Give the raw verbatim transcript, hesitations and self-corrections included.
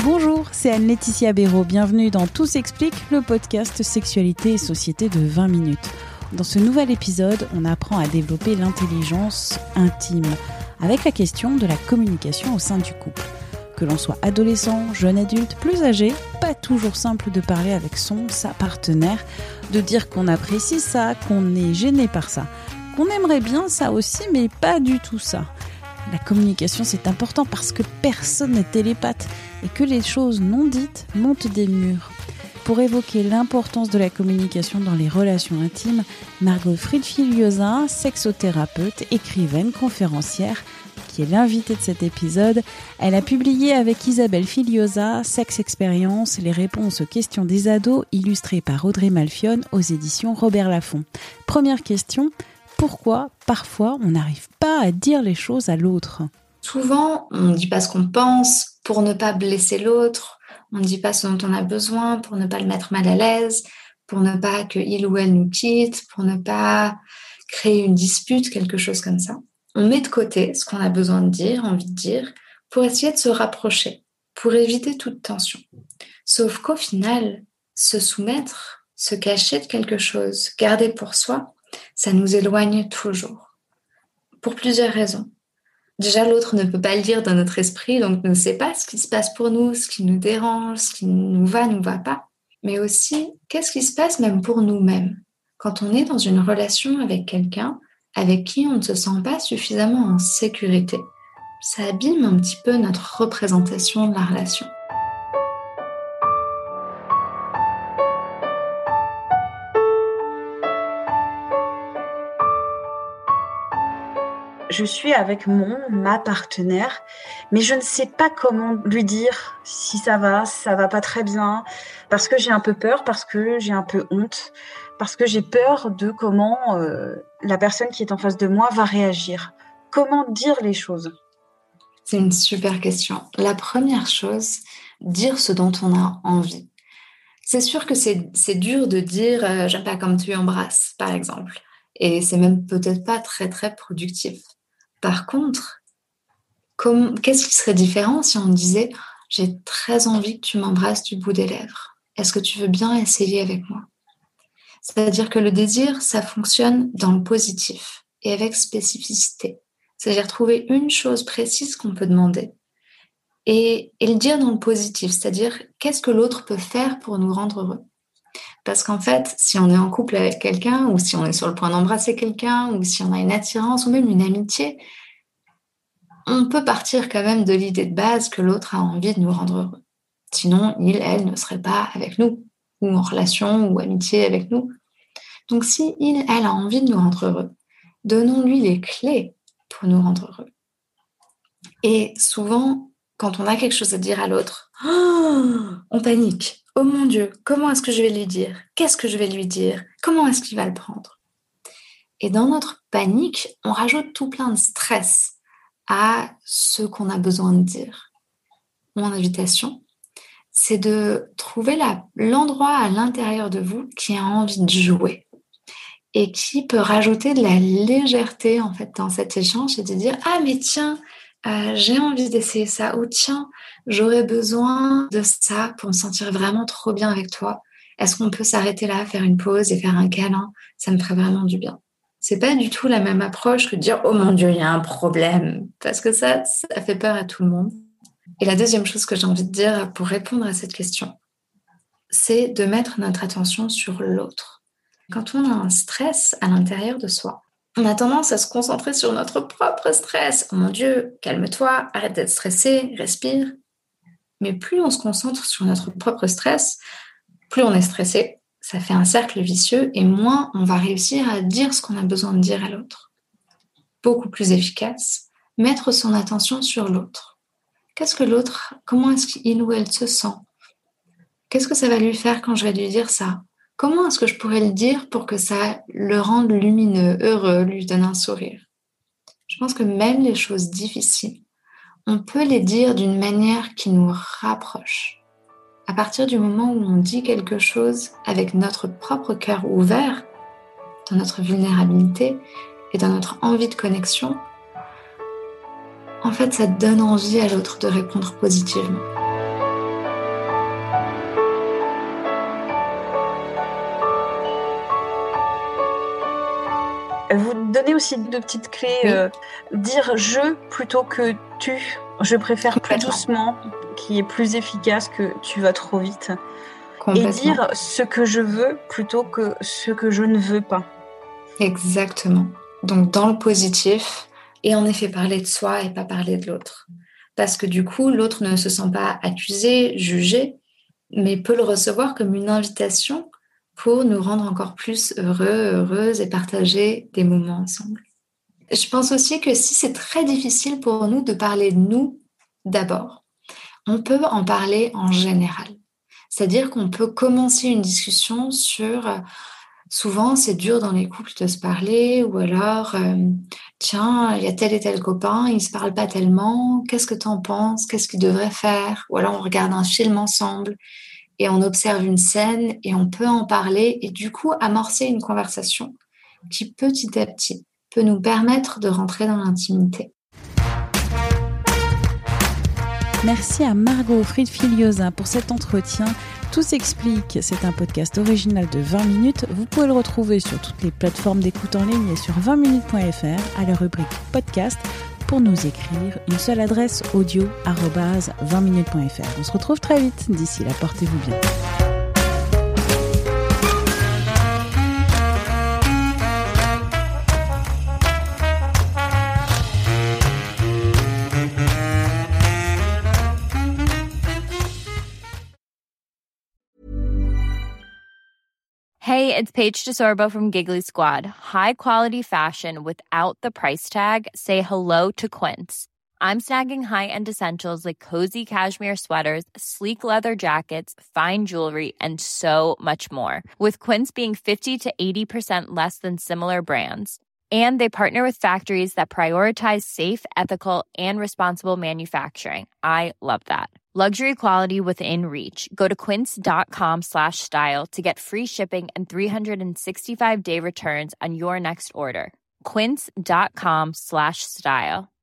Bonjour, c'est Anne-Laetitia Béraud. Bienvenue dans Tout s'explique, le podcast Sexualité et Société de vingt minutes. Dans ce nouvel épisode, on apprend à développer l'intelligence intime avec la question de la communication au sein du couple. Que l'on soit adolescent, jeune adulte, plus âgé, pas toujours simple de parler avec son, sa partenaire, de dire qu'on apprécie ça, qu'on est gêné par ça, qu'on aimerait bien ça aussi, mais pas du tout ça. La communication, c'est important parce que personne n'est télépathe et que les choses non dites montent des murs. Pour évoquer l'importance de la communication dans les relations intimes, Margot Fried-Filiosa, sexothérapeute, écrivaine, conférencière, qui est l'invitée de cet épisode, elle a publié avec Isabelle Filiosa, Sex Expérience, les réponses aux questions des ados, illustrées par Audrey Malfionne aux éditions Robert Laffont. Première question, pourquoi parfois on n'arrive pas à dire les choses à l'autre ? Souvent, on ne dit pas ce qu'on pense pour ne pas blesser l'autre, on ne dit pas ce dont on a besoin pour ne pas le mettre mal à l'aise, pour ne pas qu'il ou elle nous quitte, pour ne pas créer une dispute, quelque chose comme ça. On met de côté ce qu'on a besoin de dire, envie de dire, pour essayer de se rapprocher, pour éviter toute tension. Sauf qu'au final, se soumettre, se cacher de quelque chose, garder pour soi, ça nous éloigne toujours. Pour plusieurs raisons. Déjà, l'autre ne peut pas le dire dans notre esprit, donc ne sait pas ce qui se passe pour nous, ce qui nous dérange, ce qui nous va, nous va pas. Mais aussi, qu'est-ce qui se passe même pour nous-mêmes quand on est dans une relation avec quelqu'un avec qui on ne se sent pas suffisamment en sécurité. Ça abîme un petit peu notre représentation de la relation. Je suis avec mon, ma partenaire, mais je ne sais pas comment lui dire si ça va, si ça va pas très bien, parce que j'ai un peu peur, parce que j'ai un peu honte, parce que j'ai peur de comment euh, la personne qui est en face de moi va réagir. Comment dire les choses ? C'est une super question. La première chose, dire ce dont on a envie. C'est sûr que c'est, c'est dur de dire euh, « j'aime pas comme tu embrasses », par exemple. Et c'est même peut-être pas très très productif. Par contre, comme, qu'est-ce qui serait différent si on disait « j'ai très envie que tu m'embrasses du bout des lèvres. Est-ce que tu veux bien essayer avec moi ?» C'est-à-dire que le désir, ça fonctionne dans le positif et avec spécificité. C'est-à-dire trouver une chose précise qu'on peut demander et, et le dire dans le positif, c'est-à-dire qu'est-ce que l'autre peut faire pour nous rendre heureux. Parce qu'en fait, si on est en couple avec quelqu'un, ou si on est sur le point d'embrasser quelqu'un, ou si on a une attirance, ou même une amitié, on peut partir quand même de l'idée de base que l'autre a envie de nous rendre heureux. Sinon, il, elle ne serait pas avec nous, ou en relation, ou amitié avec nous. Donc si il, elle a envie de nous rendre heureux, donnons-lui les clés pour nous rendre heureux. Et souvent, quand on a quelque chose à dire à l'autre, oh, on panique. Oh mon Dieu, comment est-ce que je vais lui dire ? Qu'est-ce que je vais lui dire ? Comment est-ce qu'il va le prendre ? Et dans notre panique, on rajoute tout plein de stress à ce qu'on a besoin de dire. Mon invitation, c'est de trouver la, l'endroit à l'intérieur de vous qui a envie de jouer et qui peut rajouter de la légèreté en fait dans cet échange et de dire « Ah mais tiens, Euh, j'ai envie d'essayer ça, ou tiens, j'aurais besoin de ça pour me sentir vraiment trop bien avec toi. Est-ce qu'on peut s'arrêter là, faire une pause et faire un câlin ? Ça me ferait vraiment du bien. » C'est pas du tout la même approche que de dire « Oh mon Dieu, il y a un problème !» parce que ça, ça fait peur à tout le monde. Et la deuxième chose que j'ai envie de dire pour répondre à cette question, c'est de mettre notre attention sur l'autre. Quand on a un stress à l'intérieur de soi, on a tendance à se concentrer sur notre propre stress. Oh mon Dieu, calme-toi, arrête d'être stressé, respire. Mais plus on se concentre sur notre propre stress, plus on est stressé. Ça fait un cercle vicieux et moins on va réussir à dire ce qu'on a besoin de dire à l'autre. Beaucoup plus efficace, mettre son attention sur l'autre. Qu'est-ce que l'autre, comment est-ce qu'il ou elle se sent ? Qu'est-ce que ça va lui faire quand je vais lui dire ça ? Comment est-ce que je pourrais le dire pour que ça le rende lumineux, heureux, lui donne un sourire ? Je pense que même les choses difficiles, on peut les dire d'une manière qui nous rapproche. À partir du moment où on dit quelque chose avec notre propre cœur ouvert, dans notre vulnérabilité et dans notre envie de connexion, en fait, ça donne envie à l'autre de répondre positivement. donner aussi deux petites clés. Oui. Euh, dire je plutôt que tu. Je préfère plus doucement, qui est plus efficace que tu vas trop vite. Et dire ce que je veux plutôt que ce que je ne veux pas. Exactement. Donc dans le positif, et en effet parler de soi et pas parler de l'autre. Parce que du coup, l'autre ne se sent pas accusé, jugé, mais peut le recevoir comme une invitation pour nous rendre encore plus heureux, heureuses et partager des moments ensemble. Je pense aussi que si c'est très difficile pour nous de parler de nous d'abord, on peut en parler en général. C'est-à-dire qu'on peut commencer une discussion sur... Souvent, c'est dur dans les couples de se parler, ou alors, euh, tiens, il y a tel et tel copain, ils ne se parlent pas tellement, qu'est-ce que tu en penses, qu'est-ce qu'ils devraient faire? Ou alors, on regarde un film ensemble et on observe une scène et on peut en parler et du coup, amorcer une conversation qui, petit à petit, peut nous permettre de rentrer dans l'intimité. Merci à Margot Fried-Filiosa pour cet entretien. Tout s'explique, c'est un podcast original de vingt minutes. Vous pouvez le retrouver sur toutes les plateformes d'écoute en ligne et sur vingt minutes point f r à la rubrique podcast. Pour nous écrire, une seule adresse audio arobase vingt minutes point f r. On se retrouve très vite. D'ici là, portez-vous bien. Hey, it's Paige DeSorbo from Giggly Squad. High quality fashion without the price tag. Say hello to Quince. I'm snagging high-end essentials like cozy cashmere sweaters, sleek leather jackets, fine jewelry, and so much more. With Quince being fifty to eighty percent less than similar brands. And they partner with factories that prioritize safe, ethical, and responsible manufacturing. I love that. Luxury quality within reach. Go to quince.com slash style to get free shipping and three sixty-five day returns on your next order. Quince.com slash style.